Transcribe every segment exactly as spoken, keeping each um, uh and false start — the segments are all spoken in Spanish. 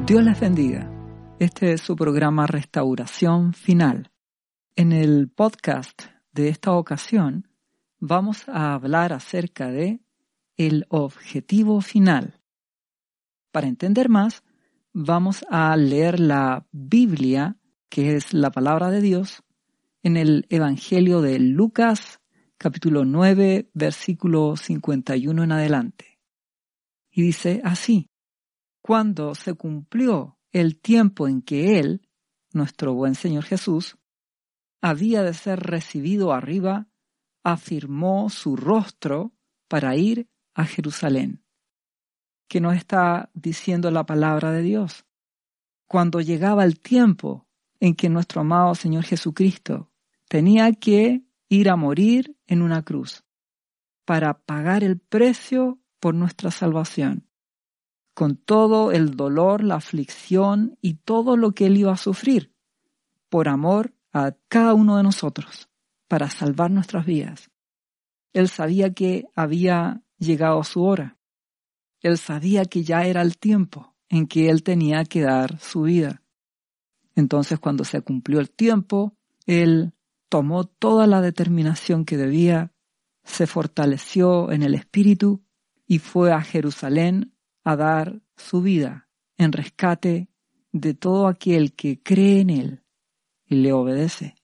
Dios les bendiga. Este es su programa Restauración Final. En el podcast de esta ocasión vamos a hablar acerca de el objetivo final. Para entender más, vamos a leer la Biblia, que es la palabra de Dios, en el Evangelio de Lucas, capítulo nueve, versículo cincuenta y uno en adelante. Y dice así: cuando se cumplió el tiempo en que Él, nuestro buen Señor Jesús, había de ser recibido arriba, afirmó su rostro para ir a Jerusalén. ¿Qué nos está diciendo la palabra de Dios? Cuando llegaba el tiempo en que nuestro amado Señor Jesucristo tenía que ir a morir en una cruz para pagar el precio por nuestra salvación, con todo el dolor, la aflicción y todo lo que Él iba a sufrir, por amor a cada uno de nosotros, para salvar nuestras vidas. Él sabía que había llegado su hora. Él sabía que ya era el tiempo en que Él tenía que dar su vida. Entonces, cuando se cumplió el tiempo, Él tomó toda la determinación que debía, se fortaleció en el Espíritu y fue a Jerusalén a dar su vida en rescate de todo aquel que cree en Él y le obedece.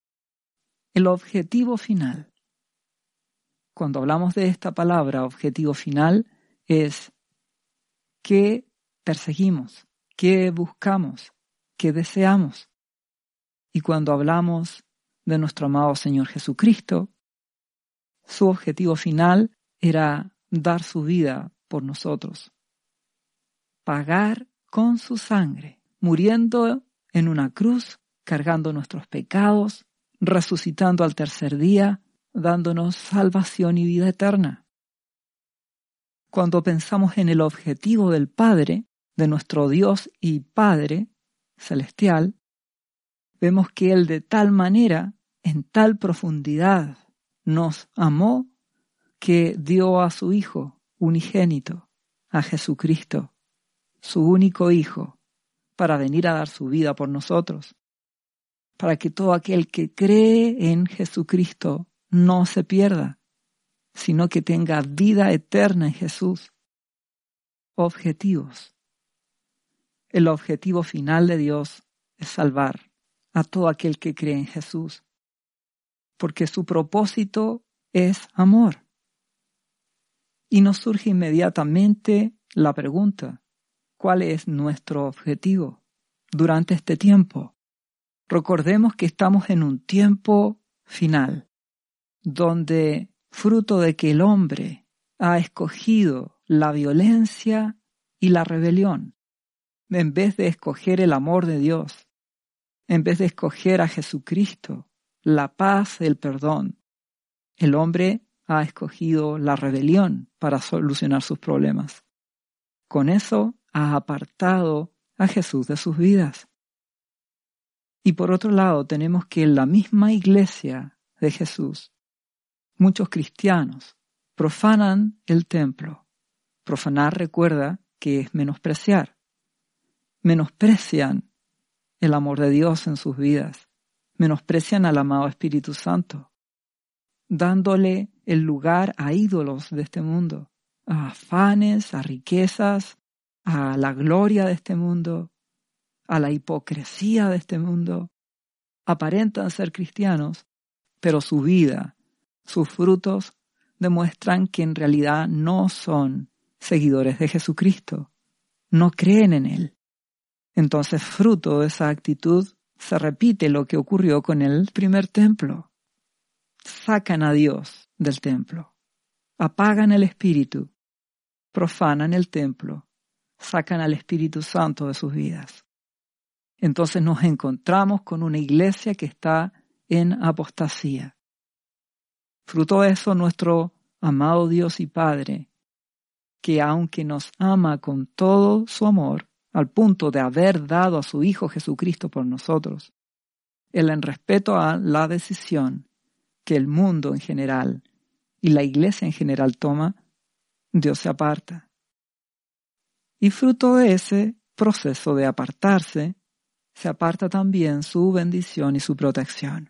El objetivo final. Cuando hablamos de esta palabra, objetivo final, es qué perseguimos, qué buscamos, qué deseamos. Y cuando hablamos de nuestro amado Señor Jesucristo, su objetivo final era dar su vida por nosotros. Pagar con su sangre, muriendo en una cruz, cargando nuestros pecados, resucitando al tercer día, dándonos salvación y vida eterna. Cuando pensamos en el objetivo del Padre, de nuestro Dios y Padre celestial, vemos que Él de tal manera, en tal profundidad, nos amó que dio a su Hijo unigénito, a Jesucristo, su único Hijo, para venir a dar su vida por nosotros, para que todo aquel que cree en Jesucristo no se pierda, sino que tenga vida eterna en Jesús. Objetivos. El objetivo final de Dios es salvar a todo aquel que cree en Jesús, porque su propósito es amor. Y nos surge inmediatamente la pregunta: ¿cuál es nuestro objetivo durante este tiempo? Recordemos que estamos en un tiempo final, donde, fruto de que el hombre ha escogido la violencia y la rebelión, en vez de escoger el amor de Dios, en vez de escoger a Jesucristo, la paz, el perdón, el hombre ha escogido la rebelión para solucionar sus problemas. Con eso ha apartado a Jesús de sus vidas. Y por otro lado, tenemos que en la misma iglesia de Jesús, muchos cristianos profanan el templo. Profanar, recuerda, que es menospreciar. Menosprecian el amor de Dios en sus vidas. Menosprecian al amado Espíritu Santo, dándole el lugar a ídolos de este mundo, a afanes, a riquezas, a la gloria de este mundo, a la hipocresía de este mundo. Aparentan ser cristianos, pero su vida, sus frutos, demuestran que en realidad no son seguidores de Jesucristo, no creen en Él. Entonces, fruto de esa actitud, se repite lo que ocurrió con el primer templo. Sacan a Dios del templo, apagan el Espíritu, profanan el templo, sacan al Espíritu Santo de sus vidas. Entonces nos encontramos con una iglesia que está en apostasía. Fruto de eso, nuestro amado Dios y Padre, que aunque nos ama con todo su amor, al punto de haber dado a su Hijo Jesucristo por nosotros, Él, en respeto a la decisión que el mundo en general y la iglesia en general toma, Dios se aparta. Y fruto de ese proceso de apartarse, se aparta también su bendición y su protección.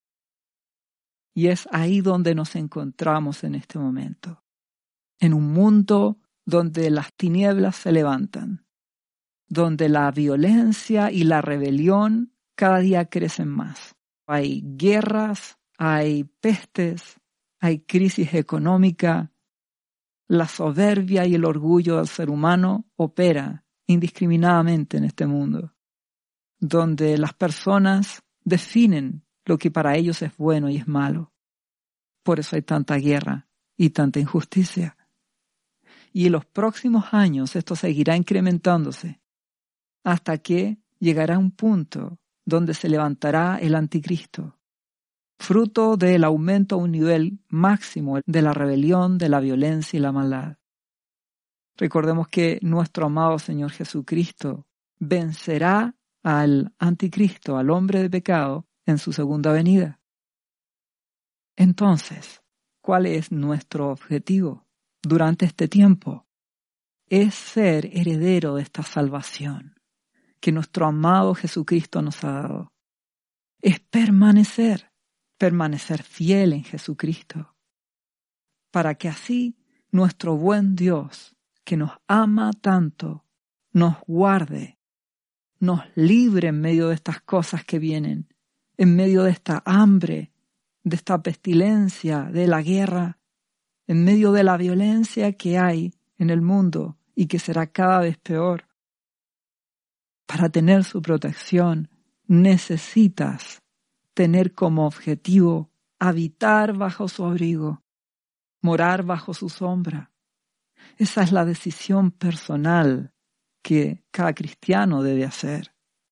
Y es ahí donde nos encontramos en este momento, en un mundo donde las tinieblas se levantan, donde la violencia y la rebelión cada día crecen más. Hay guerras, hay pestes, hay crisis económica. La soberbia y el orgullo del ser humano opera indiscriminadamente en este mundo, donde las personas definen lo que para ellos es bueno y es malo. Por eso hay tanta guerra y tanta injusticia. Y en los próximos años esto seguirá incrementándose hasta que llegará un punto donde se levantará el anticristo, fruto del aumento a un nivel máximo de la rebelión, de la violencia y la maldad. Recordemos que nuestro amado Señor Jesucristo vencerá al anticristo, al hombre de pecado, en su segunda venida. Entonces, ¿cuál es nuestro objetivo durante este tiempo? Es ser heredero de esta salvación que nuestro amado Jesucristo nos ha dado. Es permanecer, permanecer fiel en Jesucristo, para que así nuestro buen Dios, que nos ama tanto, nos guarde, nos libre en medio de estas cosas que vienen, en medio de esta hambre, de esta pestilencia, de la guerra, en medio de la violencia que hay en el mundo y que será cada vez peor. Para tener su protección necesitas tener como objetivo habitar bajo su abrigo, morar bajo su sombra. Esa es la decisión personal que cada cristiano debe hacer.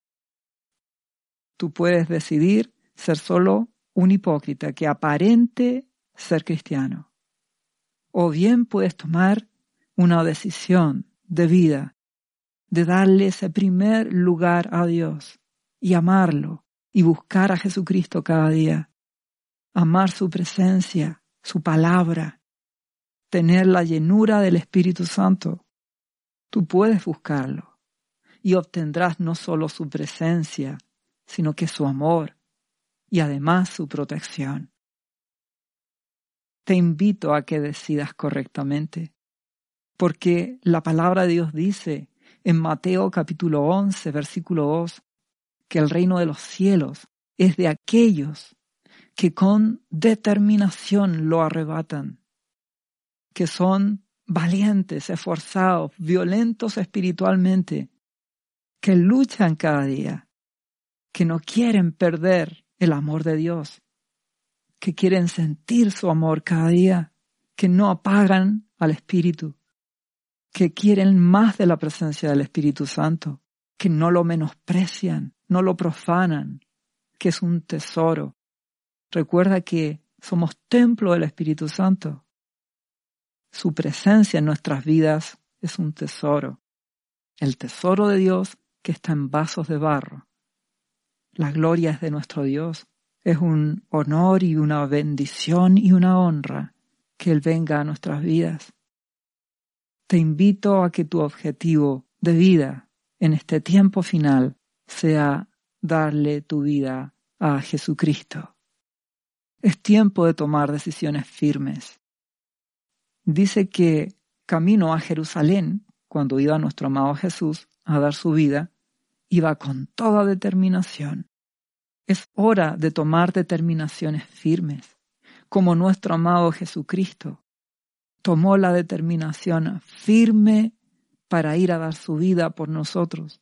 Tú puedes decidir ser solo un hipócrita que aparente ser cristiano. O bien puedes tomar una decisión de vida, de darle ese primer lugar a Dios y amarlo y buscar a Jesucristo cada día. Amar su presencia, su palabra, tener la llenura del Espíritu Santo. Tú puedes buscarlo y obtendrás no solo su presencia, sino que su amor y además su protección. Te invito a que decidas correctamente, porque la palabra de Dios dice en Mateo capítulo once, versículo dos, que el reino de los cielos es de aquellos que con determinación lo arrebatan, que son valientes, esforzados, violentos espiritualmente, que luchan cada día, que no quieren perder el amor de Dios, que quieren sentir su amor cada día, que no apagan al Espíritu, que quieren más de la presencia del Espíritu Santo, que no lo menosprecian, no lo profanan, que es un tesoro. Recuerda que somos templo del Espíritu Santo. Su presencia en nuestras vidas es un tesoro, el tesoro de Dios que está en vasos de barro. La gloria es de nuestro Dios. Es un honor y una bendición y una honra que Él venga a nuestras vidas. Te invito a que tu objetivo de vida en este tiempo final sea darle tu vida a Jesucristo. Es tiempo de tomar decisiones firmes. Dice que camino a Jerusalén, cuando iba nuestro amado Jesús a dar su vida, iba con toda determinación. Es hora de tomar determinaciones firmes, como nuestro amado Jesucristo tomó la determinación firme para ir a dar su vida por nosotros.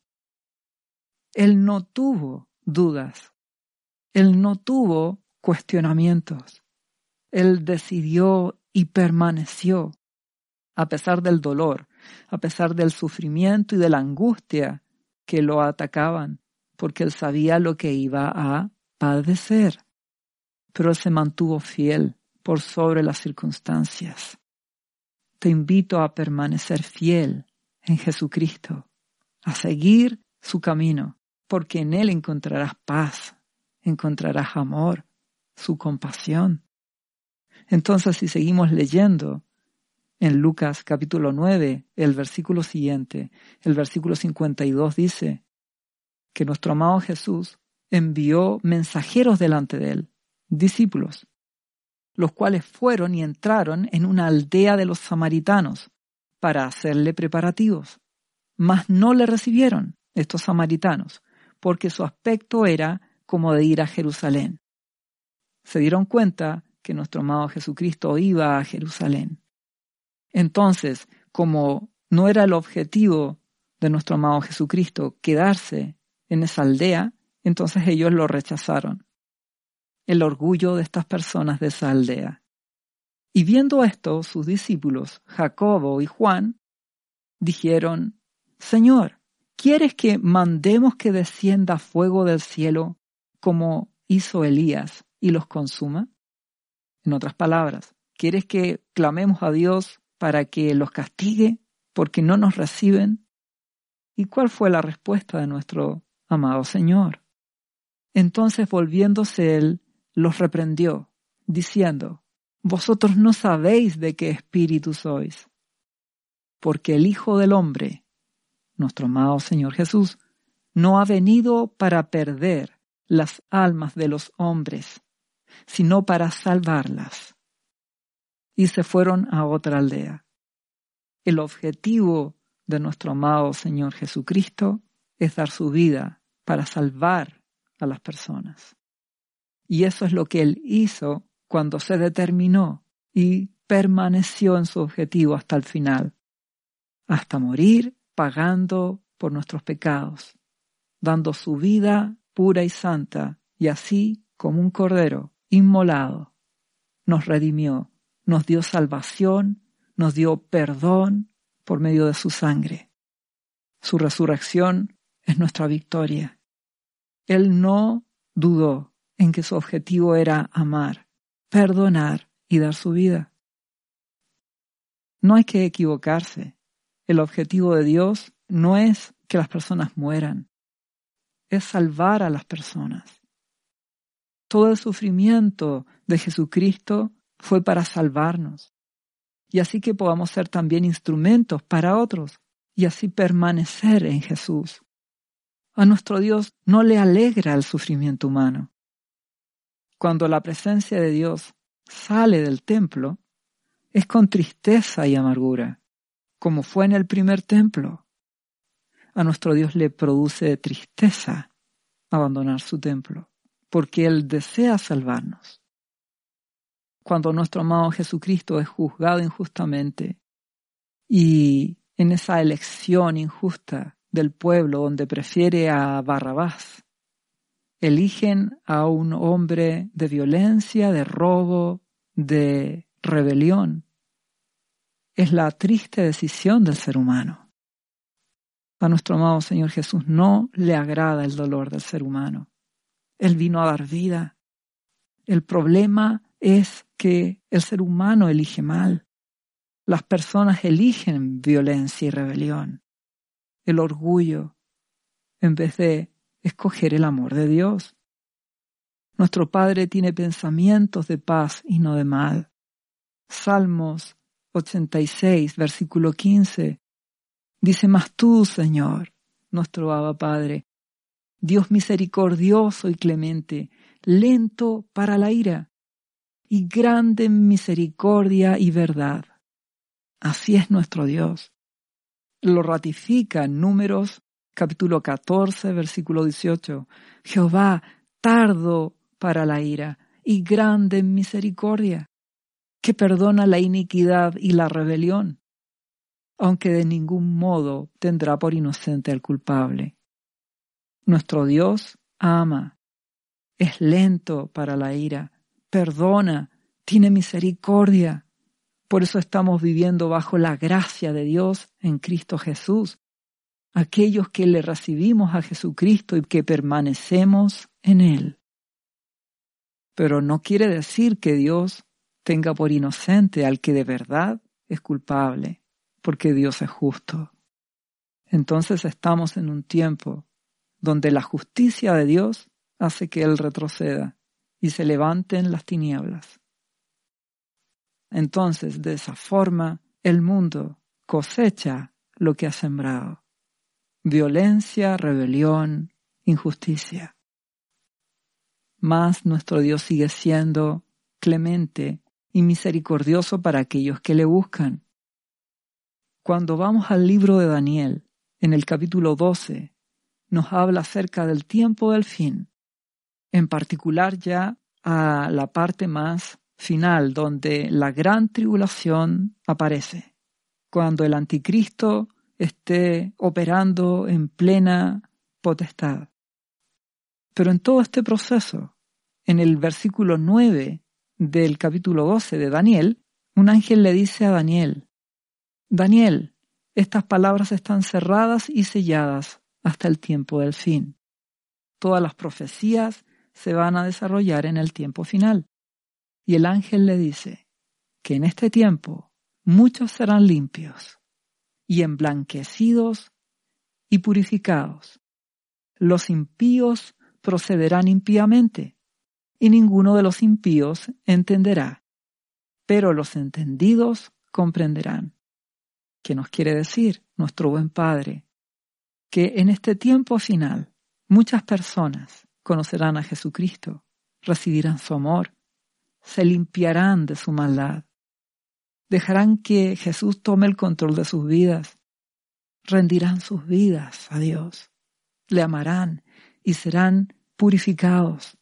Él no tuvo dudas, Él no tuvo cuestionamientos. Él decidió y permaneció, a pesar del dolor, a pesar del sufrimiento y de la angustia que lo atacaban, porque Él sabía lo que iba a padecer. Pero Él se mantuvo fiel por sobre las circunstancias. Te invito a permanecer fiel en Jesucristo, a seguir su camino, porque en Él encontrarás paz, encontrarás amor, su compasión. Entonces, si seguimos leyendo En Lucas capítulo nueve, el versículo siguiente, el versículo cincuenta y dos dice que nuestro amado Jesús envió mensajeros delante de él, discípulos, los cuales fueron y entraron en una aldea de los samaritanos para hacerle preparativos. Mas no le recibieron estos samaritanos, porque su aspecto era como de ir a Jerusalén. Se dieron cuenta que nuestro amado Jesucristo iba a Jerusalén. Entonces, como no era el objetivo de nuestro amado Jesucristo quedarse en esa aldea, entonces ellos lo rechazaron. El orgullo de estas personas de esa aldea. Y viendo esto, sus discípulos, Jacobo y Juan, dijeron: Señor, ¿quieres que mandemos que descienda fuego del cielo como hizo Elías y los consuma? En otras palabras, ¿quieres que clamemos a Dios para que los castigue porque no nos reciben? ¿Y cuál fue la respuesta de nuestro amado Señor? Entonces, volviéndose él, los reprendió, diciendo: Vosotros no sabéis de qué espíritu sois, porque el Hijo del Hombre, nuestro amado Señor Jesús, no ha venido para perder las almas de los hombres, sino para salvarlas. Y se fueron a otra aldea. El objetivo de nuestro amado Señor Jesucristo es dar su vida para salvar a las personas. Y eso es lo que Él hizo cuando se determinó y permaneció en su objetivo hasta el final, hasta morir pagando por nuestros pecados, dando su vida pura y santa, y así, como un cordero inmolado, nos redimió, nos dio salvación, nos dio perdón por medio de su sangre. Su resurrección es nuestra victoria. Él no dudó en que su objetivo era amar, perdonar y dar su vida. No hay que equivocarse. El objetivo de Dios no es que las personas mueran, es salvar a las personas. Todo el sufrimiento de Jesucristo fue para salvarnos, y así que podamos ser también instrumentos para otros, y así permanecer en Jesús. A nuestro Dios no le alegra el sufrimiento humano. Cuando la presencia de Dios sale del templo, es con tristeza y amargura, como fue en el primer templo. A nuestro Dios le produce tristeza abandonar su templo, porque Él desea salvarnos. Cuando nuestro amado Jesucristo es juzgado injustamente y en esa elección injusta del pueblo donde prefiere a Barrabás, eligen a un hombre de violencia, de robo, de rebelión. Es la triste decisión del ser humano. A nuestro amado Señor Jesús no le agrada el dolor del ser humano. Él vino a dar vida. El problema es que el ser humano elige mal. Las personas eligen violencia y rebelión, el orgullo, en vez de escoger el amor de Dios. Nuestro Padre tiene pensamientos de paz y no de mal. Salmos ochenta y seis, versículo quince, dice: Mas tú, Señor, nuestro Abba Padre, Dios misericordioso y clemente, lento para la ira, y grande en misericordia y verdad. Así es nuestro Dios. Lo ratifica en Números, capítulo catorce, versículo dieciocho. Jehová, tardo para la ira, y grande en misericordia, que perdona la iniquidad y la rebelión, aunque de ningún modo tendrá por inocente al culpable. Nuestro Dios ama, es lento para la ira, perdona, tiene misericordia. Por eso estamos viviendo bajo la gracia de Dios en Cristo Jesús. Aquellos que le recibimos a Jesucristo y que permanecemos en Él. Pero no quiere decir que Dios tenga por inocente al que de verdad es culpable, porque Dios es justo. Entonces estamos en un tiempo donde la justicia de Dios hace que Él retroceda y se levanten las tinieblas. Entonces, de esa forma, el mundo cosecha lo que ha sembrado: violencia, rebelión, injusticia. Mas nuestro Dios sigue siendo clemente y misericordioso para aquellos que le buscan. Cuando vamos al libro de Daniel, en el capítulo doce, nos habla acerca del tiempo del fin, en particular ya a la parte más final, donde la gran tribulación aparece, cuando el anticristo esté operando en plena potestad. Pero en todo este proceso, en el versículo nueve del capítulo doce de Daniel, un ángel le dice a Daniel: Daniel, estas palabras están cerradas y selladas hasta el tiempo del fin. Todas las profecías se van a desarrollar en el tiempo final. Y el ángel le dice que en este tiempo muchos serán limpios y emblanquecidos y purificados. Los impíos procederán impíamente, y ninguno de los impíos entenderá, pero los entendidos comprenderán. ¿Qué nos quiere decir nuestro buen Padre? Que en este tiempo final muchas personas conocerán a Jesucristo, recibirán su amor, se limpiarán de su maldad, dejarán que Jesús tome el control de sus vidas, rendirán sus vidas a Dios, le amarán y serán purificados.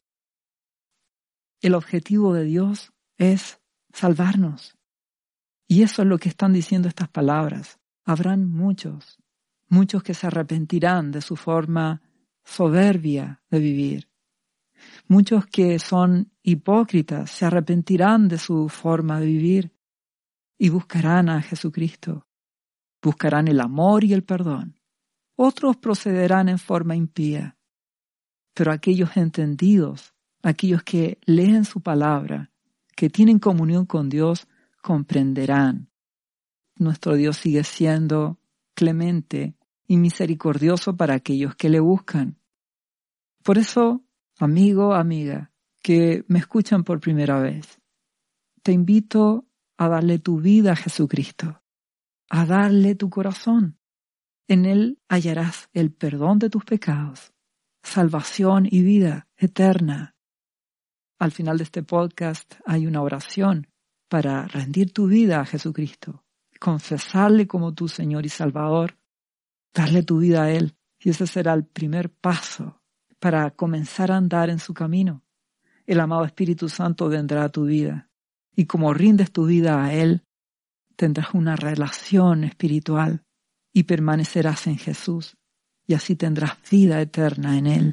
El objetivo de Dios es salvarnos. Y eso es lo que están diciendo estas palabras. Habrán muchos, muchos que se arrepentirán de su forma soberbia de vivir. Muchos que son hipócritas se arrepentirán de su forma de vivir y buscarán a Jesucristo. Buscarán el amor y el perdón. Otros procederán en forma impía. Pero aquellos entendidos, aquellos que leen su palabra, que tienen comunión con Dios, comprenderán. Nuestro Dios sigue siendo clemente y misericordioso para aquellos que le buscan. Por eso, amigo, amiga, que me escuchan por primera vez, te invito a darle tu vida a Jesucristo, a darle tu corazón. En Él hallarás el perdón de tus pecados, salvación y vida eterna. Al final de este podcast hay una oración para rendir tu vida a Jesucristo, confesarle como tu Señor y Salvador, darle tu vida a Él, y ese será el primer paso para comenzar a andar en su camino. El amado Espíritu Santo vendrá a tu vida, y como rindes tu vida a Él, tendrás una relación espiritual y permanecerás en Jesús, y así tendrás vida eterna en Él.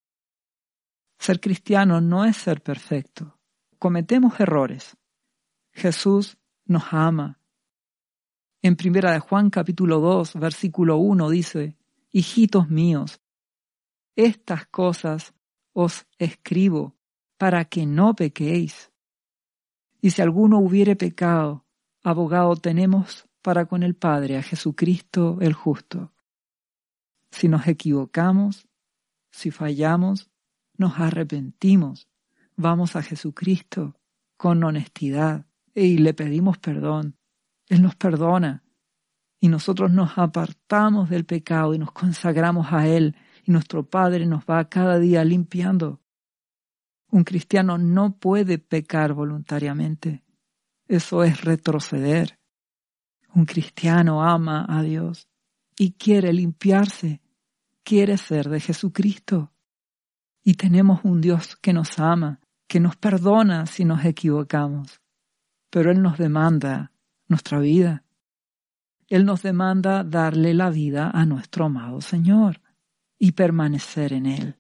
Ser cristiano no es ser perfecto. Cometemos errores. Jesús nos ama. En Primera de Juan capítulo dos, versículo uno dice: Hijitos míos, estas cosas os escribo para que no pequéis. Y si alguno hubiere pecado, abogado tenemos para con el Padre, a Jesucristo el justo. Si nos equivocamos, si fallamos, nos arrepentimos, vamos a Jesucristo con honestidad y le pedimos perdón. Él nos perdona y nosotros nos apartamos del pecado y nos consagramos a Él, y nuestro Padre nos va cada día limpiando. Un cristiano no puede pecar voluntariamente. Eso es retroceder. Un cristiano ama a Dios y quiere limpiarse, quiere ser de Jesucristo. Y tenemos un Dios que nos ama, que nos perdona si nos equivocamos. Pero Él nos demanda nuestra vida. Él nos demanda darle la vida a nuestro amado Señor y permanecer en Él.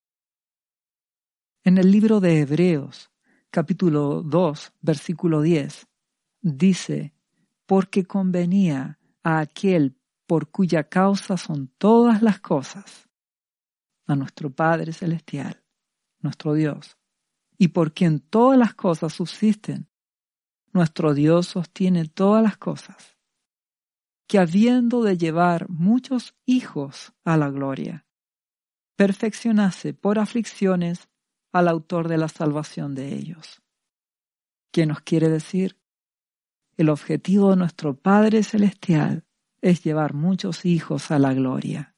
En el libro de Hebreos, capítulo dos, versículo diez, dice: porque convenía a aquel por cuya causa son todas las cosas, a nuestro Padre Celestial, nuestro Dios, y por quien todas las cosas subsisten, nuestro Dios sostiene todas las cosas, que habiendo de llevar muchos hijos a la gloria, perfeccionase por aflicciones al autor de la salvación de ellos. ¿Qué nos quiere decir? el objetivo de nuestro Padre Celestial es llevar muchos hijos a la gloria.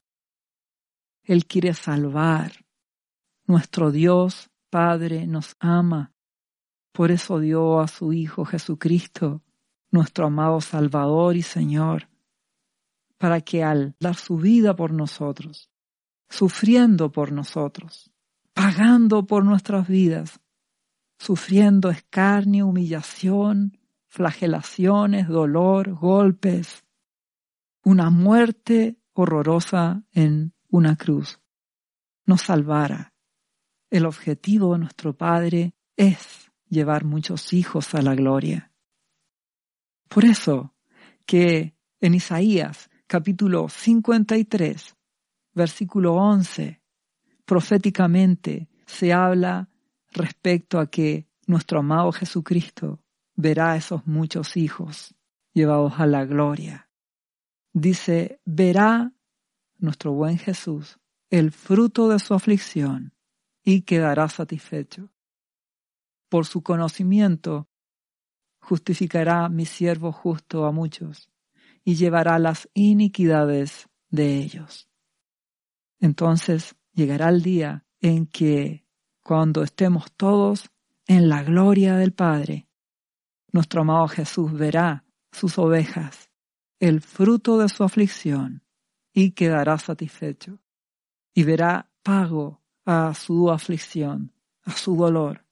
Él quiere salvar. Nuestro Dios Padre nos ama. Por eso dio a su Hijo Jesucristo, nuestro amado Salvador y Señor, para que al dar su vida por nosotros, sufriendo por nosotros, pagando por nuestras vidas, sufriendo escarnio, humillación, flagelaciones, dolor, golpes, una muerte horrorosa en una cruz, nos salvara. El objetivo de nuestro Padre es llevar muchos hijos a la gloria. Por eso que en Isaías capítulo cincuenta y tres, versículo once, proféticamente se habla respecto a que nuestro amado Jesucristo verá a esos muchos hijos llevados a la gloria. Dice, verá nuestro buen Jesús el fruto de su aflicción y quedará satisfecho. Por su conocimiento justificará mi siervo justo a muchos y llevará las iniquidades de ellos. Entonces llegará el día en que, cuando estemos todos en la gloria del Padre, nuestro amado Jesús verá sus ovejas, el fruto de su aflicción, y quedará satisfecho. Y verá pago a su aflicción, a su dolor.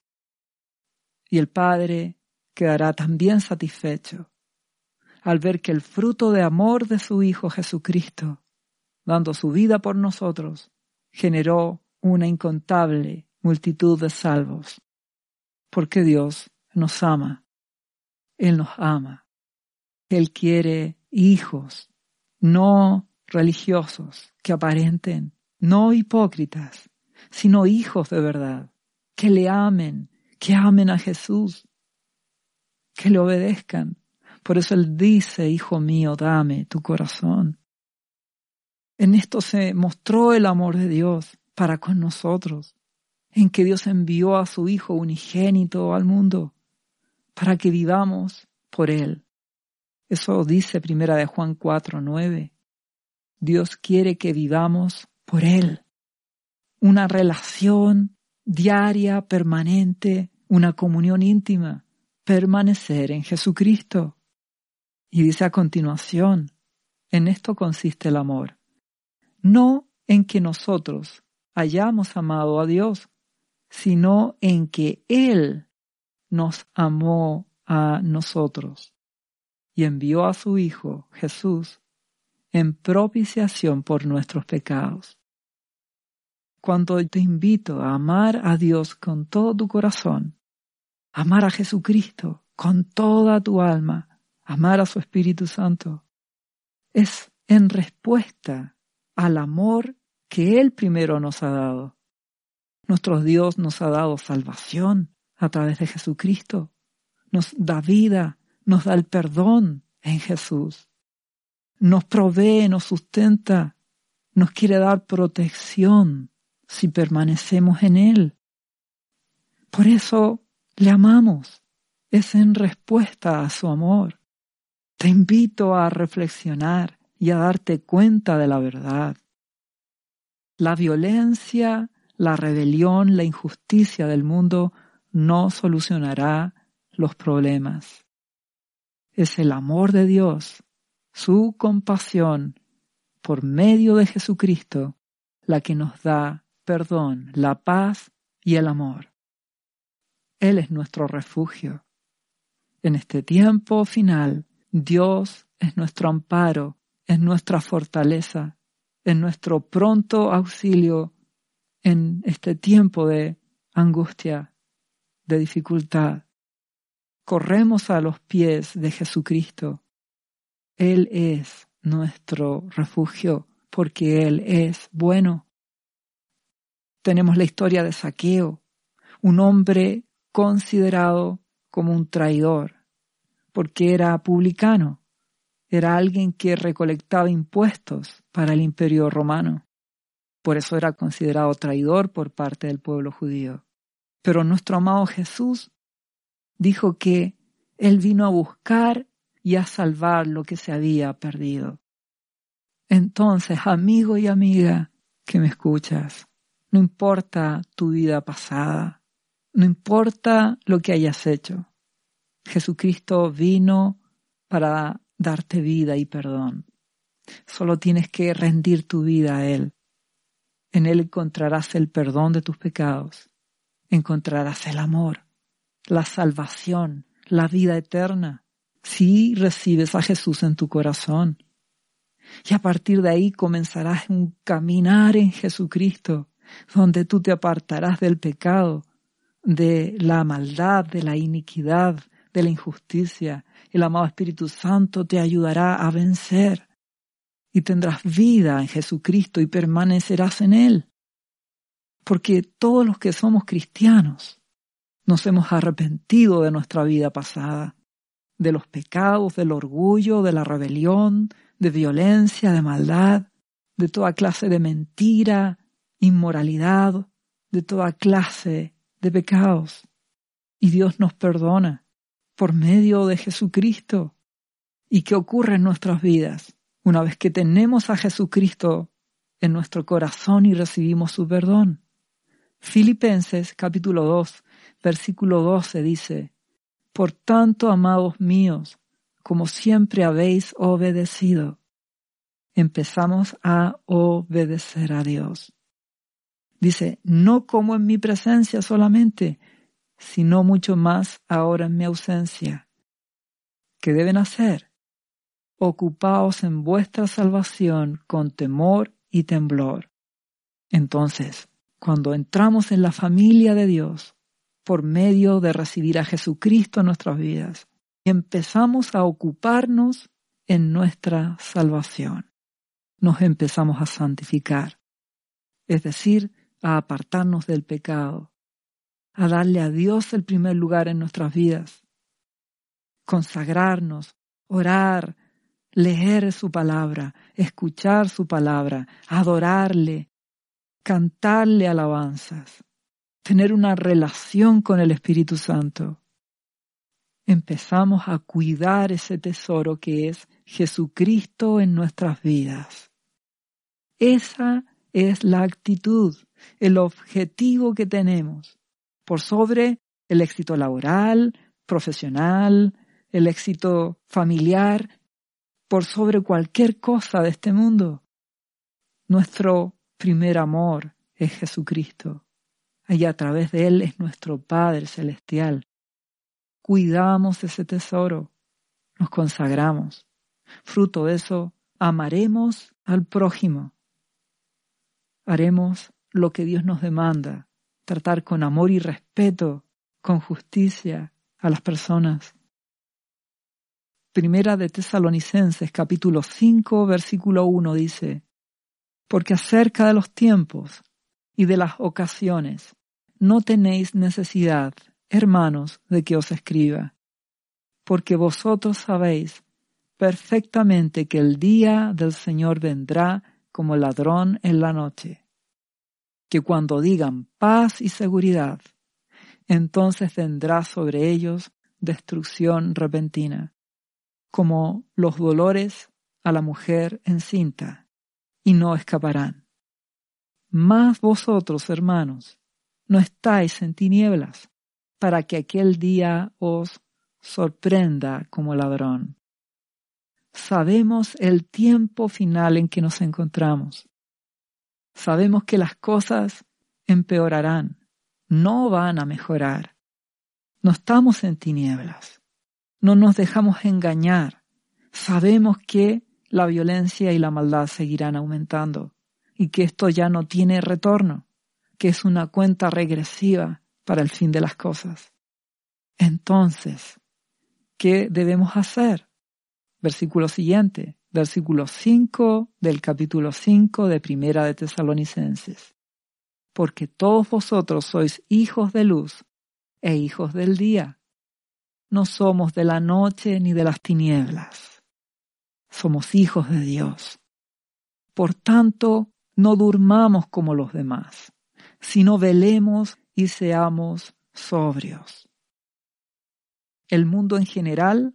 Y el Padre quedará también satisfecho al ver que el fruto de amor de su Hijo Jesucristo, dando su vida por nosotros, generó una incontable multitud de salvos. Porque Dios nos ama. Él nos ama. Él quiere hijos, no religiosos que aparenten, no hipócritas, sino hijos de verdad, que le amen, que amen a Jesús, que le obedezcan. Por eso Él dice, hijo mío, dame tu corazón. En esto se mostró el amor de Dios para con nosotros, en que Dios envió a su Hijo unigénito al mundo para que vivamos por Él. Eso dice Primera de Juan cuatro, nueve. Dios quiere que vivamos por Él. Una relación diaria, permanente, una comunión íntima, permanecer en Jesucristo. Y dice a continuación, en esto consiste el amor. No en que nosotros hayamos amado a Dios, sino en que Él nos amó a nosotros y envió a su Hijo, Jesús, en propiciación por nuestros pecados. Cuando te invito a amar a Dios con todo tu corazón, amar a Jesucristo con toda tu alma, amar a su Espíritu Santo, es en respuesta al amor que Él primero nos ha dado. Nuestro Dios nos ha dado salvación a través de Jesucristo, nos da vida, nos da el perdón en Jesús, nos provee, nos sustenta, nos quiere dar protección si permanecemos en Él. Por eso le amamos, es en respuesta a su amor. Te invito a reflexionar y a darte cuenta de la verdad. La violencia, la rebelión, la injusticia del mundo no solucionará los problemas. Es el amor de Dios, su compasión por medio de Jesucristo, la que nos da perdón, la paz y el amor. Él es nuestro refugio. En este tiempo final, Dios es nuestro amparo, es nuestra fortaleza, es nuestro pronto auxilio en este tiempo de angustia, de dificultad. Corremos a los pies de Jesucristo. Él es nuestro refugio porque Él es bueno. Tenemos la historia de Zaqueo, un hombre considerado como un traidor, porque era publicano, era alguien que recolectaba impuestos para el imperio romano. Por eso era considerado traidor por parte del pueblo judío. Pero nuestro amado Jesús dijo que Él vino a buscar y a salvar lo que se había perdido. Entonces, amigo y amiga que me escuchas, no importa tu vida pasada, no importa lo que hayas hecho, Jesucristo vino para darte vida y perdón. Solo tienes que rendir tu vida a Él. En Él encontrarás el perdón de tus pecados, encontrarás el amor, la salvación, la vida eterna, si recibes a Jesús en tu corazón. Y a partir de ahí comenzarás un caminar en Jesucristo, donde tú te apartarás del pecado, de la maldad, de la iniquidad, de la injusticia. El amado Espíritu Santo te ayudará a vencer y tendrás vida en Jesucristo y permanecerás en Él. Porque todos los que somos cristianos nos hemos arrepentido de nuestra vida pasada, de los pecados, del orgullo, de la rebelión, de violencia, de maldad, de toda clase de mentira, inmoralidad, de toda clase de pecados. Y Dios nos perdona por medio de Jesucristo. ¿Y qué ocurre en nuestras vidas? Una vez que tenemos a Jesucristo en nuestro corazón y recibimos su perdón. Filipenses capítulo dos, versículo doce dice: Por tanto, amados míos, como siempre habéis obedecido, empezamos a obedecer a Dios. Dice, no como en mi presencia solamente, sino mucho más ahora en mi ausencia. ¿Qué deben hacer? Ocupaos en vuestra salvación con temor y temblor. Entonces, cuando entramos en la familia de Dios, por medio de recibir a Jesucristo en nuestras vidas, empezamos a ocuparnos en nuestra salvación. Nos empezamos a santificar, es decir, a apartarnos del pecado, a darle a Dios el primer lugar en nuestras vidas, consagrarnos, orar, leer su palabra, escuchar su palabra, adorarle, cantarle alabanzas, tener una relación con el Espíritu Santo. Empezamos a cuidar ese tesoro que es Jesucristo en nuestras vidas. Esa es la actitud, el objetivo que tenemos, por sobre el éxito laboral, profesional, el éxito familiar, por sobre cualquier cosa de este mundo. Nuestro primer amor es Jesucristo. Y a través de Él es nuestro Padre Celestial. Cuidamos ese tesoro, nos consagramos. Fruto de eso, amaremos al prójimo. Haremos lo que Dios nos demanda, tratar con amor y respeto, con justicia a las personas. Primera de Tesalonicenses, capítulo cinco, versículo uno dice: Porque acerca de los tiempos y de las ocasiones no tenéis necesidad, hermanos, de que os escriba, porque vosotros sabéis perfectamente que el día del Señor vendrá como ladrón en la noche, que cuando digan paz y seguridad, entonces vendrá sobre ellos destrucción repentina, como los dolores a la mujer encinta, y no escaparán. Mas vosotros, hermanos, no estáis en tinieblas, para que aquel día os sorprenda como ladrón. Sabemos el tiempo final en que nos encontramos. Sabemos que las cosas empeorarán, no van a mejorar. No estamos en tinieblas, no nos dejamos engañar. Sabemos que la violencia y la maldad seguirán aumentando y que esto ya no tiene retorno, que es una cuenta regresiva para el fin de las cosas. Entonces, ¿qué debemos hacer? Versículo siguiente, versículo cinco del capítulo cinco de Primera de Tesalonicenses. Porque todos vosotros sois hijos de luz e hijos del día. No somos de la noche ni de las tinieblas. Somos hijos de Dios. Por tanto, no durmamos como los demás, sino velemos y seamos sobrios. El mundo en general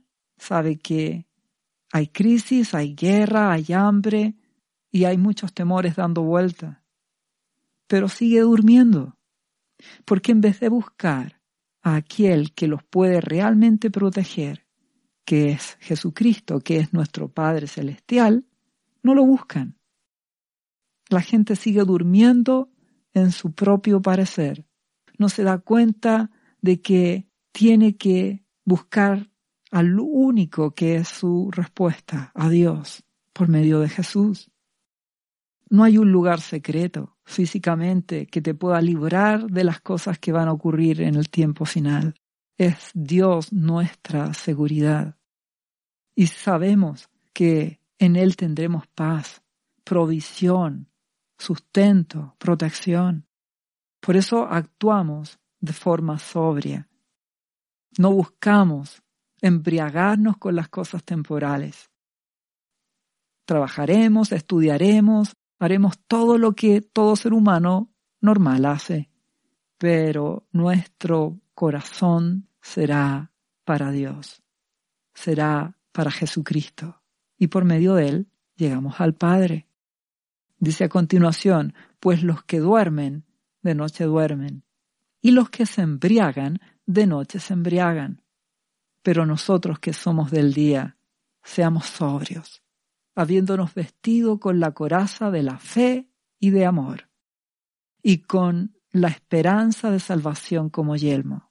sabe que hay crisis, hay guerra, hay hambre y hay muchos temores dando vuelta. Pero sigue durmiendo, porque en vez de buscar a aquel que los puede realmente proteger, que es Jesucristo, que es nuestro Padre Celestial, no lo buscan. La gente sigue durmiendo en su propio parecer. No se da cuenta de que tiene que buscar al único que es su respuesta, a Dios, por medio de Jesús. No hay un lugar secreto físicamente que te pueda librar de las cosas que van a ocurrir en el tiempo final. Es Dios nuestra seguridad. Y sabemos que en Él tendremos paz, provisión, sustento, protección. Por eso actuamos de forma sobria. No buscamos embriagarnos con las cosas temporales. Trabajaremos, estudiaremos, haremos todo lo que todo ser humano normal hace, pero nuestro corazón será para Dios, será para Jesucristo, y por medio de Él llegamos al Padre. Dice a continuación, pues los que duermen, de noche duermen, y los que se embriagan, de noche se embriagan. Pero nosotros que somos del día, seamos sobrios, habiéndonos vestido con la coraza de la fe y de amor, y con la esperanza de salvación como yelmo.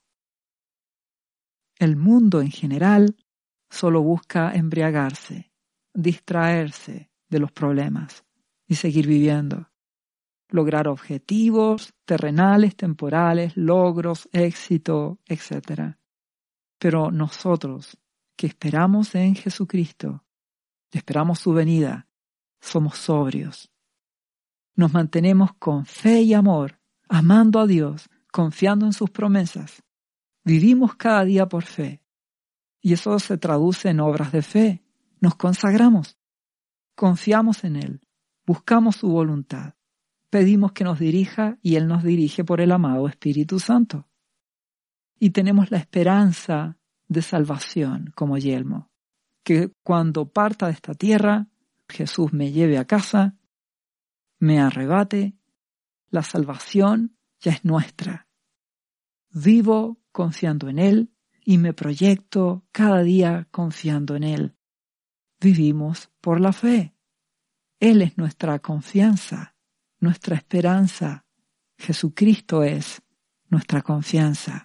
El mundo en general solo busca embriagarse, distraerse de los problemas y seguir viviendo, lograr objetivos terrenales, temporales, logros, éxito, etcétera. Pero nosotros, que esperamos en Jesucristo, esperamos su venida, somos sobrios. Nos mantenemos con fe y amor, amando a Dios, confiando en sus promesas. Vivimos cada día por fe. Y eso se traduce en obras de fe. Nos consagramos, confiamos en Él, buscamos su voluntad. Pedimos que nos dirija y Él nos dirige por el amado Espíritu Santo. Y tenemos la esperanza de salvación como yelmo, que cuando parta de esta tierra, Jesús me lleve a casa, me arrebate, la salvación ya es nuestra. Vivo confiando en Él y me proyecto cada día confiando en Él. Vivimos por la fe. Él es nuestra confianza, nuestra esperanza. Jesucristo es nuestra confianza.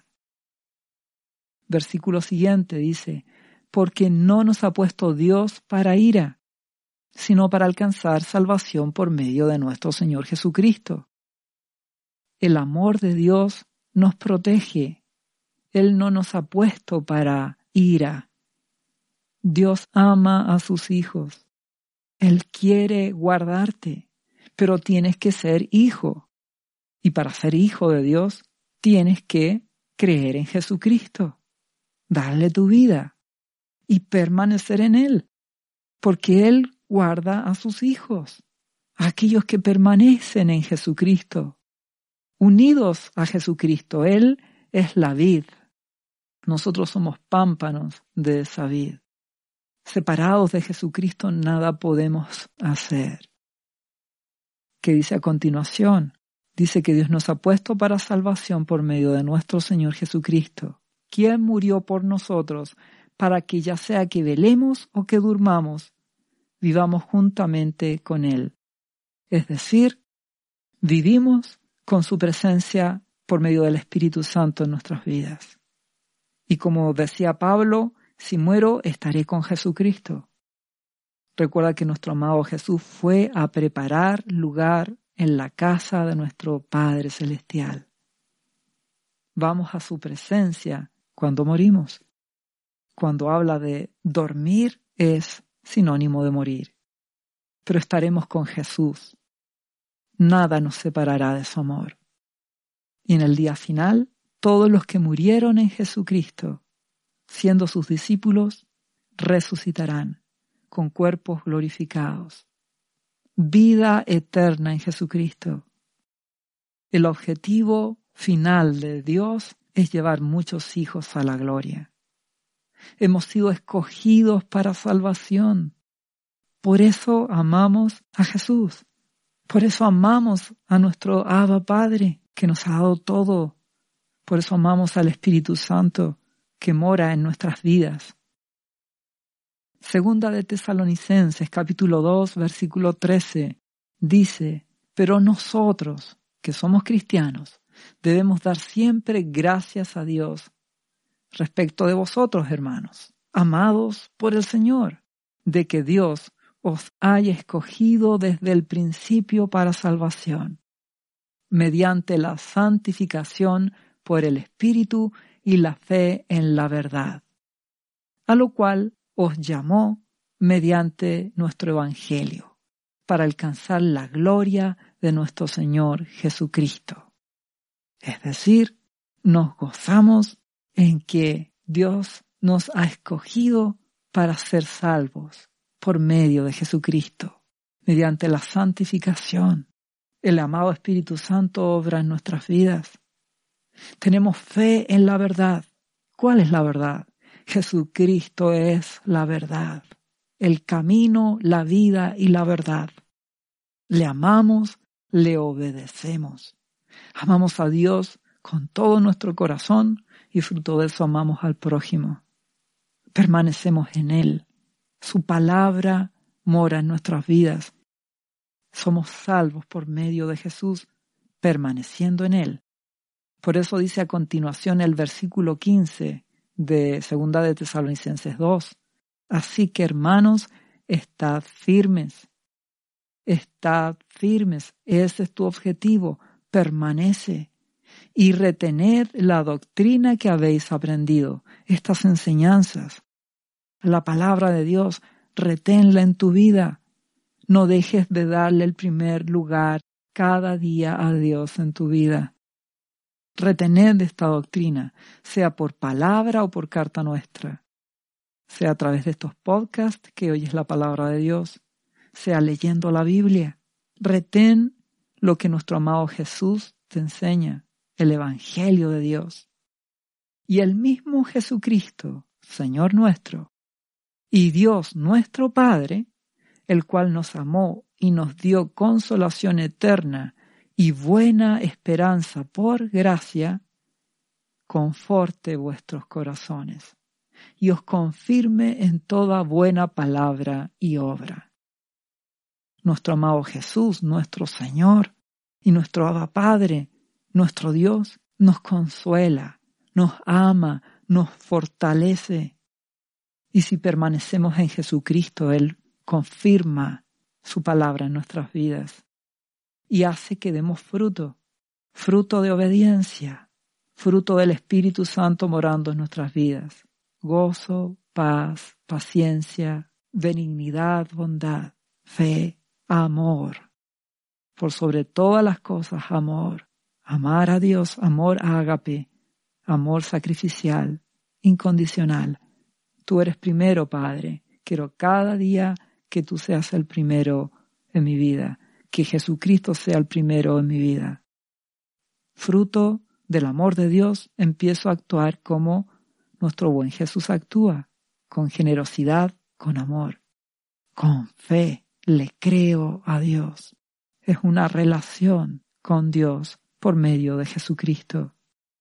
Versículo siguiente dice, porque no nos ha puesto Dios para ira, sino para alcanzar salvación por medio de nuestro Señor Jesucristo. El amor de Dios nos protege. Él no nos ha puesto para ira. Dios ama a sus hijos. Él quiere guardarte, pero tienes que ser hijo. Y para ser hijo de Dios, tienes que creer en Jesucristo. Darle tu vida y permanecer en Él, porque Él guarda a sus hijos, a aquellos que permanecen en Jesucristo, unidos a Jesucristo. Él es la vid, nosotros somos pámpanos de esa vid. Separados de Jesucristo nada podemos hacer. ¿Qué dice a continuación? Dice que Dios nos ha puesto para salvación por medio de nuestro Señor Jesucristo, quien murió por nosotros, para que ya sea que velemos o que durmamos, vivamos juntamente con Él. Es decir, vivimos con su presencia por medio del Espíritu Santo en nuestras vidas. Y como decía Pablo, si muero, estaré con Jesucristo. Recuerda que nuestro amado Jesús fue a preparar lugar en la casa de nuestro Padre Celestial. Vamos a su presencia cuando morimos. Cuando habla de dormir es sinónimo de morir. Pero estaremos con Jesús. Nada nos separará de su amor. Y en el día final, todos los que murieron en Jesucristo, siendo sus discípulos, resucitarán con cuerpos glorificados. Vida eterna en Jesucristo. El objetivo final de Dios es llevar muchos hijos a la gloria. Hemos sido escogidos para salvación. Por eso amamos a Jesús. Por eso amamos a nuestro Abba Padre, que nos ha dado todo. Por eso amamos al Espíritu Santo, que mora en nuestras vidas. Segunda de Tesalonicenses, capítulo dos, versículo trece, dice: pero nosotros, que somos cristianos, debemos dar siempre gracias a Dios respecto de vosotros, hermanos, amados por el Señor, de que Dios os haya escogido desde el principio para salvación, mediante la santificación por el Espíritu y la fe en la verdad, a lo cual os llamó mediante nuestro Evangelio, para alcanzar la gloria de nuestro Señor Jesucristo. Es decir, nos gozamos en que Dios nos ha escogido para ser salvos por medio de Jesucristo, mediante la santificación. El amado Espíritu Santo obra en nuestras vidas. Tenemos fe en la verdad. ¿Cuál es la verdad? Jesucristo es la verdad, el camino, la vida y la verdad. Le amamos, le obedecemos. Amamos a Dios con todo nuestro corazón y fruto de eso amamos al prójimo. Permanecemos en Él. Su palabra mora en nuestras vidas. Somos salvos por medio de Jesús, permaneciendo en Él. Por eso dice a continuación el versículo quince de Segunda de Tesalonicenses dos. Así que, hermanos, estad firmes. Estad firmes. Ese es tu objetivo. Permanece. Y retened la doctrina que habéis aprendido, estas enseñanzas. La palabra de Dios, reténla en tu vida. No dejes de darle el primer lugar cada día a Dios en tu vida. Retened esta doctrina, sea por palabra o por carta nuestra, sea a través de estos podcasts que oyes la palabra de Dios, sea leyendo la Biblia. Retén lo que nuestro amado Jesús te enseña, el Evangelio de Dios. Y el mismo Jesucristo, Señor nuestro, y Dios nuestro Padre, el cual nos amó y nos dio consolación eterna y buena esperanza por gracia, conforte vuestros corazones y os confirme en toda buena palabra y obra. Nuestro amado Jesús, nuestro Señor y nuestro Abba Padre, nuestro Dios, nos consuela, nos ama, nos fortalece. Y si permanecemos en Jesucristo, Él confirma su palabra en nuestras vidas y hace que demos fruto, fruto de obediencia, fruto del Espíritu Santo morando en nuestras vidas. Gozo, paz, paciencia, benignidad, bondad, fe, amor. Por sobre todas las cosas, amor. Amar a Dios, amor ágape, amor sacrificial, incondicional. Tú eres primero, Padre. Quiero cada día que tú seas el primero en mi vida, que Jesucristo sea el primero en mi vida. Fruto del amor de Dios, empiezo a actuar como nuestro buen Jesús actúa, con generosidad, con amor, con fe. Le creo a Dios. Es una relación con Dios por medio de Jesucristo.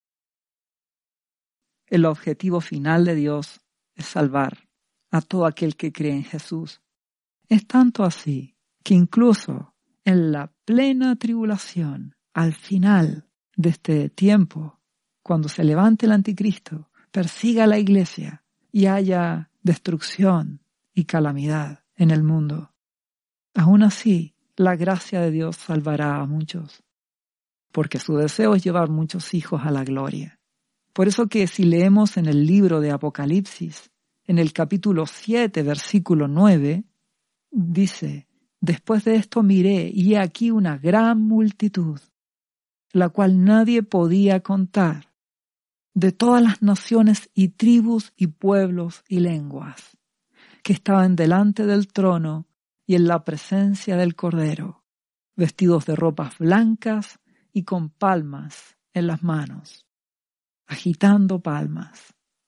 El objetivo final de Dios es salvar a todo aquel que cree en Jesús. Es tanto así que incluso en la plena tribulación, al final de este tiempo, cuando se levante el anticristo, persiga a la iglesia y haya destrucción y calamidad en el mundo, aún así la gracia de Dios salvará a muchos, porque su deseo es llevar muchos hijos a la gloria. Por eso que si leemos en el libro de Apocalipsis, en el capítulo siete, versículo nueve, dice: después de esto miré, y he aquí una gran multitud, la cual nadie podía contar, de todas las naciones y tribus y pueblos y lenguas, que estaban delante del trono y en la presencia del Cordero, vestidos de ropas blancas y con palmas en las manos, agitando palmas.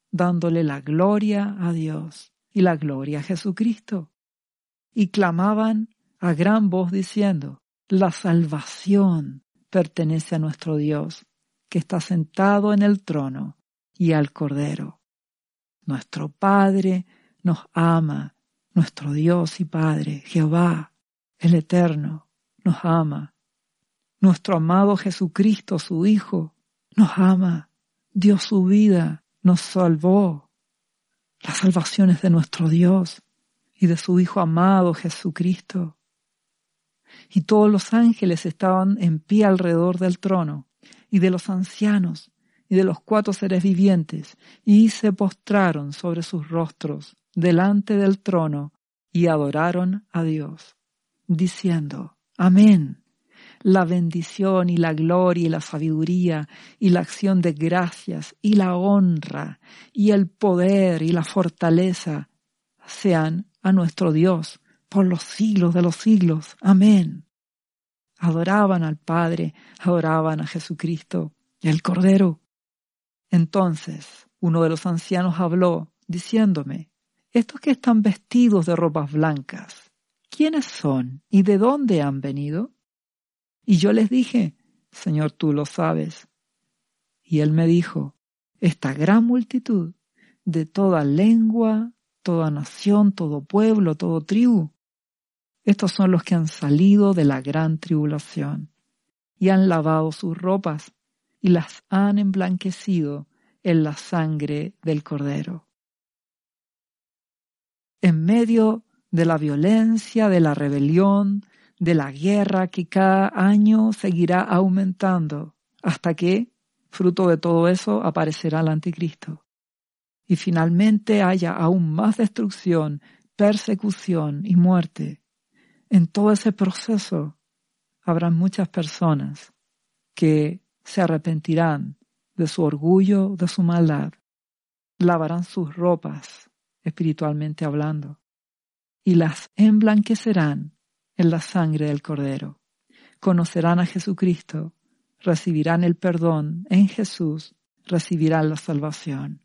dándole la gloria a Dios y la gloria a Jesucristo. Y clamaban a gran voz diciendo: la salvación pertenece a nuestro Dios, que está sentado en el trono, y al Cordero. Nuestro Padre nos ama, nuestro Dios y Padre, Jehová, el Eterno, nos ama. Nuestro amado Jesucristo, su Hijo, nos ama, dio su vida, nos salvó. La salvación es de nuestro Dios y de su Hijo amado Jesucristo. Y todos los ángeles estaban en pie alrededor del trono, y de los ancianos, y de los cuatro seres vivientes, y se postraron sobre sus rostros delante del trono, y adoraron a Dios, diciendo: Amén. La bendición y la gloria y la sabiduría y la acción de gracias y la honra y el poder y la fortaleza sean a nuestro Dios por los siglos de los siglos. Amén. Adoraban al Padre, adoraban a Jesucristo y al Cordero. Entonces uno de los ancianos habló, diciéndome: estos que están vestidos de ropas blancas, ¿quiénes son y de dónde han venido? Y yo les dije: Señor, tú lo sabes. Y él me dijo: esta gran multitud, de toda lengua, toda nación, todo pueblo, todo tribu, estos son los que han salido de la gran tribulación, y han lavado sus ropas, y las han emblanquecido en la sangre del Cordero. En medio de la violencia, de la rebelión, de la guerra que cada año seguirá aumentando, hasta que, fruto de todo eso, aparecerá el anticristo. Y finalmente haya aún más destrucción, persecución y muerte. En todo ese proceso habrá muchas personas que se arrepentirán de su orgullo, de su maldad, lavarán sus ropas, espiritualmente hablando, y las emblanquecerán en la sangre del Cordero. Conocerán a Jesucristo, recibirán el perdón en Jesús, recibirán la salvación.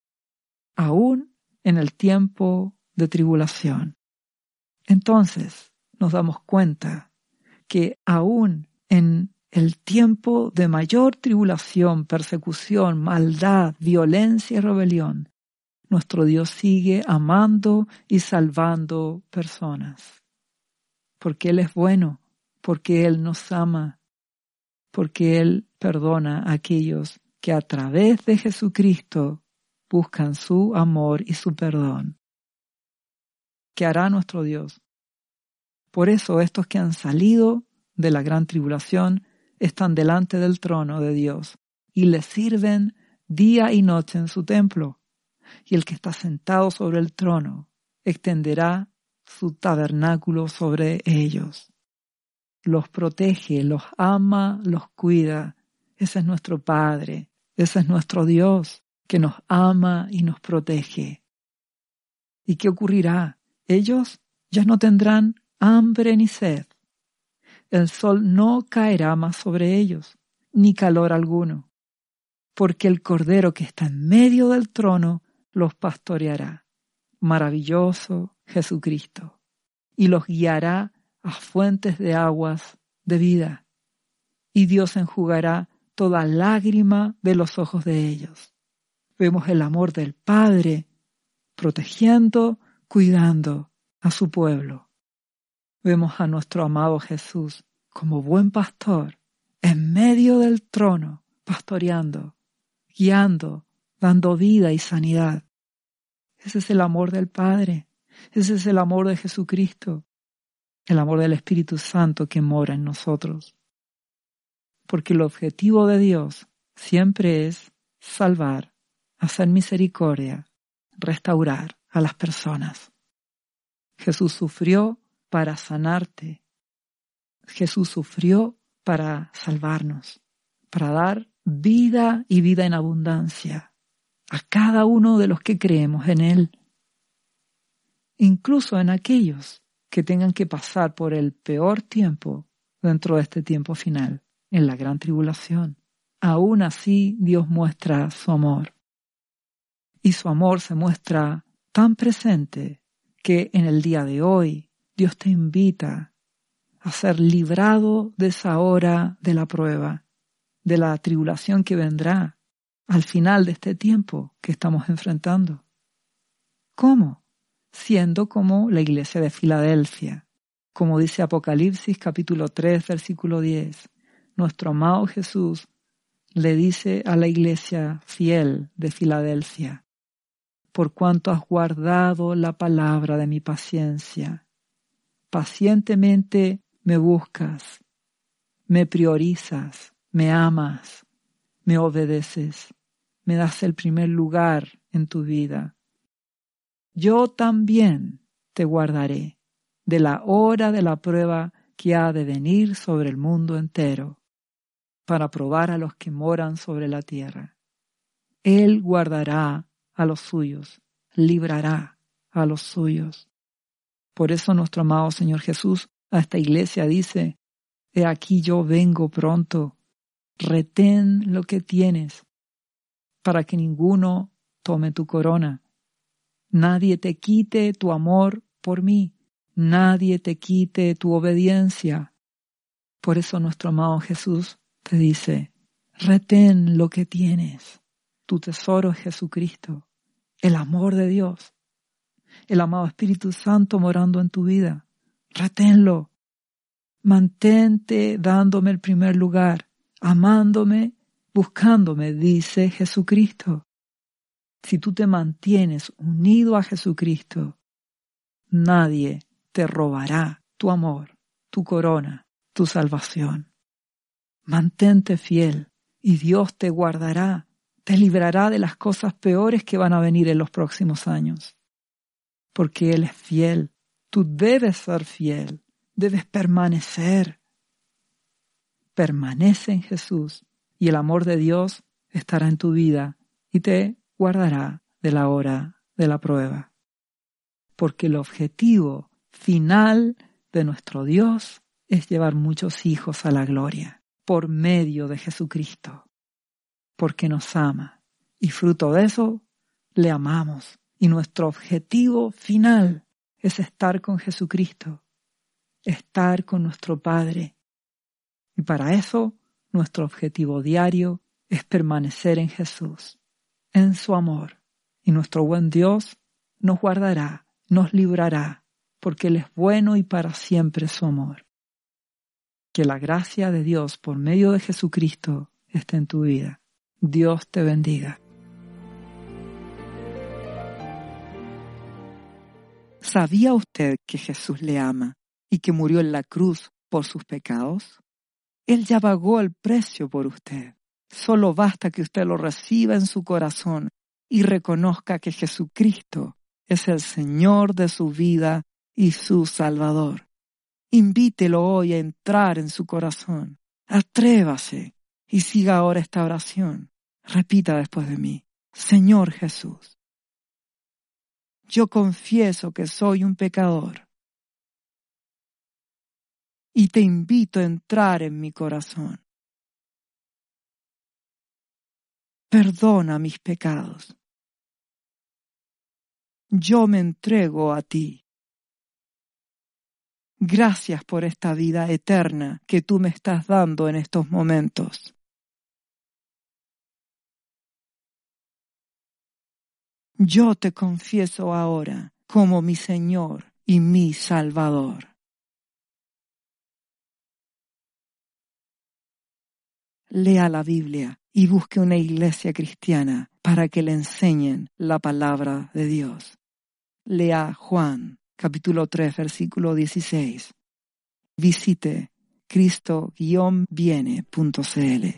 Aún en el tiempo de tribulación. Entonces nos damos cuenta que aún en el tiempo de mayor tribulación, persecución, maldad, violencia y rebelión, nuestro Dios sigue amando y salvando personas. Porque Él es bueno, porque Él nos ama, porque Él perdona a aquellos que a través de Jesucristo buscan su amor y su perdón. ¿Qué hará nuestro Dios? Por eso estos que han salido de la gran tribulación están delante del trono de Dios y le sirven día y noche en su templo. Y el que está sentado sobre el trono extenderá su tabernáculo sobre ellos. Los protege, los ama, los cuida. Ese es nuestro Padre, ese es nuestro Dios que nos ama y nos protege. ¿Y qué ocurrirá? Ellos ya no tendrán hambre ni sed. El sol no caerá más sobre ellos, ni calor alguno, porque el Cordero que está en medio del trono los pastoreará. Maravilloso Jesucristo. Y los guiará a fuentes de aguas de vida. Y Dios enjugará toda lágrima de los ojos de ellos. Vemos el amor del Padre protegiendo, cuidando a su pueblo. Vemos a nuestro amado Jesús como buen pastor en medio del trono, pastoreando, guiando, dando vida y sanidad. Ese es el amor del Padre. Ese es el amor de Jesucristo. El amor del Espíritu Santo que mora en nosotros. Porque el objetivo de Dios siempre es salvar, hacer misericordia, restaurar a las personas. Jesús sufrió para sanarte. Jesús sufrió para salvarnos, para dar vida y vida en abundancia a cada uno de los que creemos en Él. Incluso en aquellos que tengan que pasar por el peor tiempo dentro de este tiempo final, en la gran tribulación. Aún así Dios muestra su amor. Y su amor se muestra tan presente que en el día de hoy Dios te invita a ser librado de esa hora de la prueba, de la tribulación que vendrá al final de este tiempo que estamos enfrentando. ¿Cómo? Siendo como la iglesia de Filadelfia. Como dice Apocalipsis capítulo tres, versículo diez, nuestro amado Jesús le dice a la iglesia fiel de Filadelfia: por cuanto has guardado la palabra de mi paciencia, pacientemente me buscas, me priorizas, me amas, me obedeces, me das el primer lugar en tu vida. Yo también te guardaré de la hora de la prueba que ha de venir sobre el mundo entero, para probar a los que moran sobre la tierra. Él guardará a los suyos, librará a los suyos. Por eso nuestro amado Señor Jesús a esta iglesia dice: he aquí yo vengo pronto, retén lo que tienes, para que ninguno tome tu corona. Nadie te quite tu amor por mí, nadie te quite tu obediencia. Por eso nuestro amado Jesús te dice: retén lo que tienes. Tu tesoro es Jesucristo, el amor de Dios, el amado Espíritu Santo morando en tu vida. Reténlo. Mantente dándome el primer lugar, amándome, buscándome, dice Jesucristo. Si tú te mantienes unido a Jesucristo, nadie te robará tu amor, tu corona, tu salvación. Mantente fiel y Dios te guardará, te librará de las cosas peores que van a venir en los próximos años. Porque Él es fiel. Tú debes ser fiel, debes permanecer. Permanece en Jesús y el amor de Dios estará en tu vida y te guardará de la hora de la prueba. Porque el objetivo final de nuestro Dios es llevar muchos hijos a la gloria por medio de Jesucristo, porque nos ama y fruto de eso le amamos. Y nuestro objetivo final es estar con Jesucristo, estar con nuestro Padre. Y para eso nuestro objetivo diario es permanecer en Jesús, en su amor. Y nuestro buen Dios nos guardará, nos librará, porque Él es bueno y para siempre su amor. Que la gracia de Dios por medio de Jesucristo esté en tu vida. Dios te bendiga. ¿Sabía usted que Jesús le ama y que murió en la cruz por sus pecados? Él ya pagó el precio por usted. Solo basta que usted lo reciba en su corazón y reconozca que Jesucristo es el Señor de su vida y su Salvador. Invítelo hoy a entrar en su corazón. Atrévase y siga ahora esta oración. Repita después de mí: Señor Jesús, yo confieso que soy un pecador y te invito a entrar en mi corazón. Perdona mis pecados. Yo me entrego a ti. Gracias por esta vida eterna que tú me estás dando en estos momentos. Yo te confieso ahora como mi Señor y mi Salvador. Lea la Biblia y busque una iglesia cristiana para que le enseñen la palabra de Dios. Lea Juan, capítulo tres, versículo dieciséis. Visite cristo guion viene punto c l.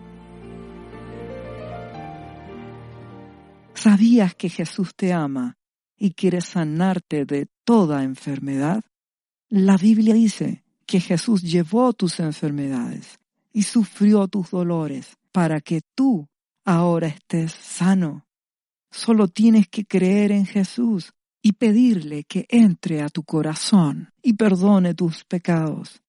¿Sabías que Jesús te ama y quiere sanarte de toda enfermedad? La Biblia dice que Jesús llevó tus enfermedades y sufrió tus dolores para que tú ahora estés sano. Solo tienes que creer en Jesús y pedirle que entre a tu corazón y perdone tus pecados.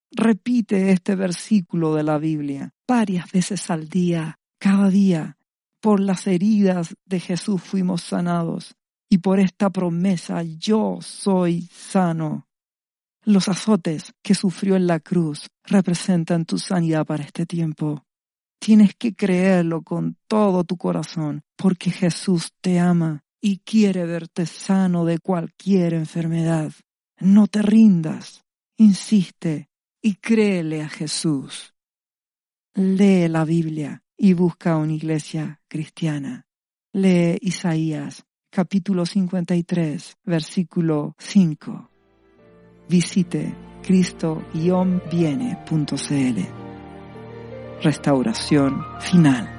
Repite este versículo de la Biblia varias veces al día, cada día. Por las heridas de Jesús fuimos sanados, y por esta promesa yo soy sano. Los azotes que sufrió en la cruz representan tu sanidad para este tiempo. Tienes que creerlo con todo tu corazón, porque Jesús te ama y quiere verte sano de cualquier enfermedad. No te rindas, insiste y créele a Jesús. Lee la Biblia y busca una iglesia cristiana. Lee Isaías, capítulo cincuenta y tres, versículo cinco. Visite cristo guion viene punto c l. Restauración final.